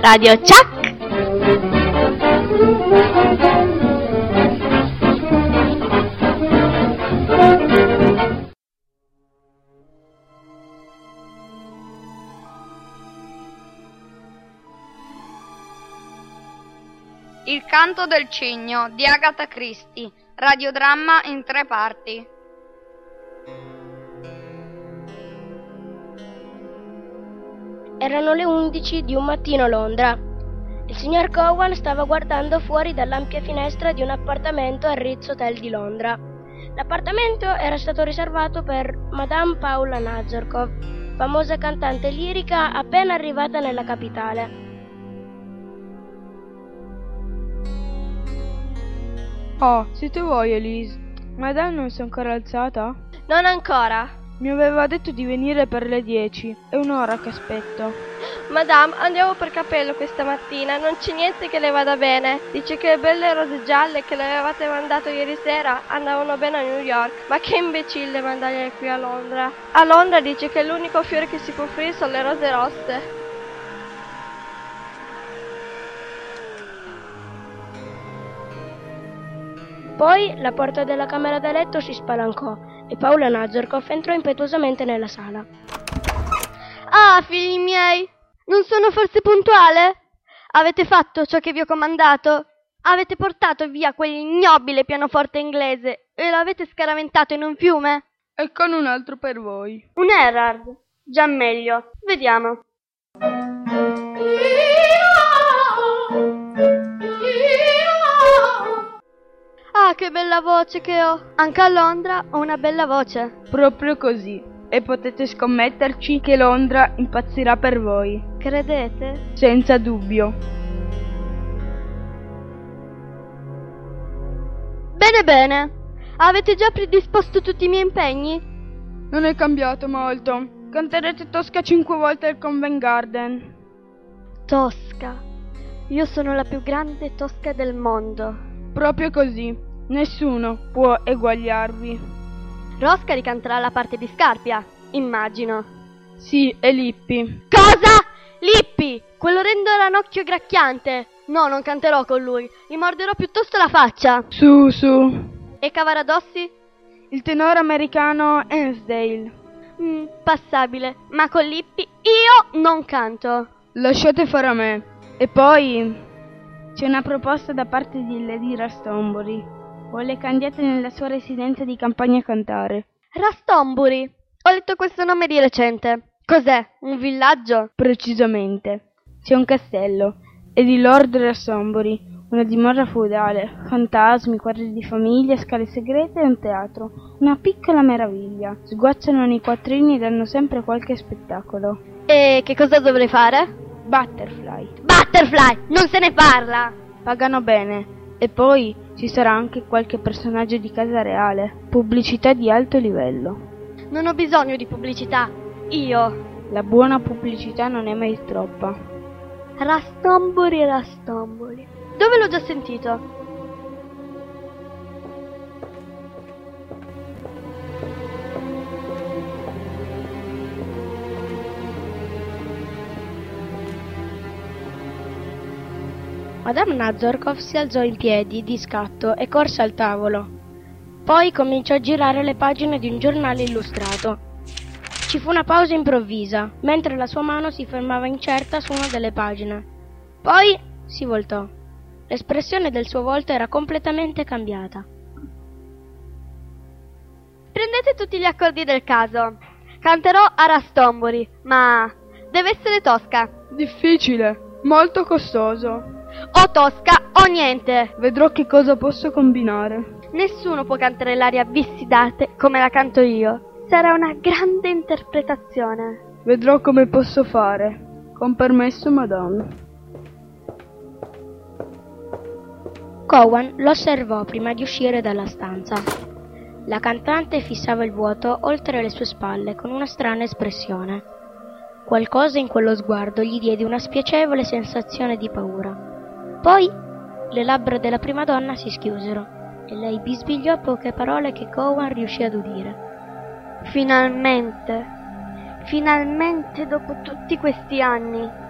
Radio Chuck. Il canto del cigno di Agatha Christie, radiodramma in 3 parti. Erano le 11 di un mattino a Londra. Il signor Cowan stava guardando fuori dall'ampia finestra di un appartamento al Ritz Hotel di Londra. L'appartamento era stato riservato per Madame Paula Nazorkov, famosa cantante lirica appena arrivata nella capitale. Oh, siete voi, Elise? Madame non si è ancora alzata? Non ancora. Mi aveva detto di venire per le 10. È un'ora che aspetto. Madame, andiamo per capello questa mattina. Non c'è niente che le vada bene. Dice che le belle rose gialle che le avevate mandato ieri sera andavano bene a New York. Ma che imbecille mandarle qui a Londra. A Londra dice che l'unico fiore che si può offrire sono le rose rosse. Poi la porta della camera da letto si spalancò e Paula Nazorkov entrò impetuosamente nella sala. Ah, figli miei, non sono forse puntuale? Avete fatto ciò che vi ho comandato? Avete portato via quell'ignobile pianoforte inglese e l'avete scaraventato in un fiume? E con un altro per voi. Un Erard, già meglio. Vediamo. Ah, che bella voce che ho! Anche a Londra ho una bella voce. Proprio così. E potete scommetterci che Londra impazzirà per voi. Credete? Senza dubbio. Bene, bene. Avete già predisposto tutti i miei impegni? Non è cambiato molto. Canterete Tosca 5 volte al Covent Garden. Tosca. Io sono la più grande Tosca del mondo. Proprio così. Nessuno può eguagliarvi. Rosca ricanterà la parte di Scarpia, immagino. Sì, e Lippi. Cosa? Lippi! Quell'orrendo ranocchio gracchiante. No, non canterò con lui. Gli morderò piuttosto la faccia. Su, su. E Cavaradossi? Il tenore americano Ansdale. Passabile. Ma con Lippi io non canto. Lasciate fare a me. E poi c'è una proposta da parte di Lady Rastonbury. Vuole che andiate nella sua residenza di campagna a cantare. Rastonbury? Ho letto questo nome di recente. Cos'è? Un villaggio? Precisamente. C'è un castello. È di Lord Rastonbury, una dimora feudale, fantasmi, quadri di famiglia, scale segrete e un teatro. Una piccola meraviglia. Sguacciano nei quattrini e danno sempre qualche spettacolo. E che cosa dovrei fare? Butterfly. Butterfly! Non se ne parla! Pagano bene. E poi ci sarà anche qualche personaggio di casa reale. Pubblicità di alto livello. Non ho bisogno di pubblicità. Io. La buona pubblicità non è mai troppa. Rastonbury, Rastonbury. Dove l'ho già sentito? Madame Nazorkov si alzò in piedi di scatto e corse al tavolo. Poi cominciò a girare le pagine di un giornale illustrato. Ci fu una pausa improvvisa, mentre la sua mano si fermava incerta su una delle pagine. Poi si voltò. L'espressione del suo volto era completamente cambiata. Prendete tutti gli accordi del caso. Canterò a Rastonbury, ma deve essere Tosca. Difficile, molto costoso. O Tosca o niente. Vedrò che cosa posso combinare. Nessuno può cantare l'aria Vissidate come la canto io. Sarà una grande interpretazione. Vedrò come posso fare. Con permesso, madame. Cowan lo osservò prima di uscire dalla stanza. La cantante fissava il vuoto oltre le sue spalle con una strana espressione. Qualcosa in quello sguardo gli diede una spiacevole sensazione di paura. Poi le labbra della prima donna si schiusero e lei bisbigliò poche parole che Cowan riuscì ad udire. Finalmente dopo tutti questi anni,